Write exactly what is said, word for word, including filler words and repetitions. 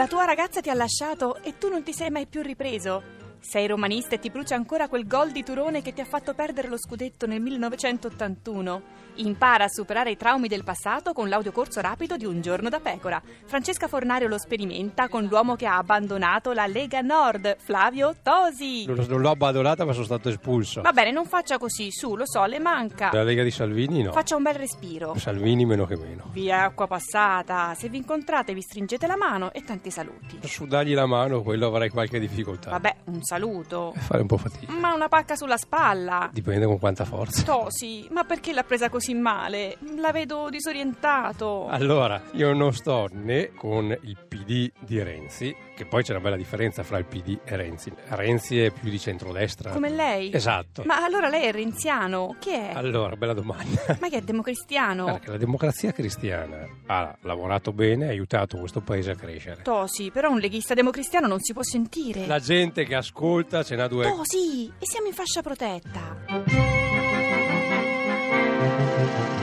La tua ragazza ti ha lasciato e tu non ti sei mai più ripreso. Sei romanista e ti brucia ancora quel gol di Turone che ti ha fatto perdere lo scudetto nel millenovecentottantuno. Impara a superare i traumi del passato con l'audiocorso rapido di Un giorno da pecora. Francesca Fornario lo sperimenta con l'uomo che ha abbandonato la Lega Nord, Flavio Tosi. Non, non l'ho abbandonata, ma sono stato espulso. Va bene, non faccia così, su, lo so, le manca. La Lega di Salvini no. Faccia un bel respiro. Salvini meno che meno. Via acqua passata. Se vi incontrate vi stringete la mano e tanti saluti. Su dargli la mano, quello avrei qualche difficoltà. Vabbè, un saluto. E fare un po' fatica. Ma una pacca sulla spalla. Dipende con quanta forza. Tosi, ma perché l'ha presa così male? La vedo disorientato. Allora, io non sto né con il P D di Renzi, che poi c'è una bella differenza fra il P D e Renzi. Renzi è più di centrodestra. Come lei? Esatto. Ma allora lei è renziano? Chi è? Allora, bella domanda. Ma che è democristiano? Perché la democrazia cristiana ha lavorato bene e ha aiutato questo paese a crescere. Tosi, però un leghista democristiano non si può sentire. La gente che ascolta ce n'ha due. Tosi, e siamo in fascia protetta.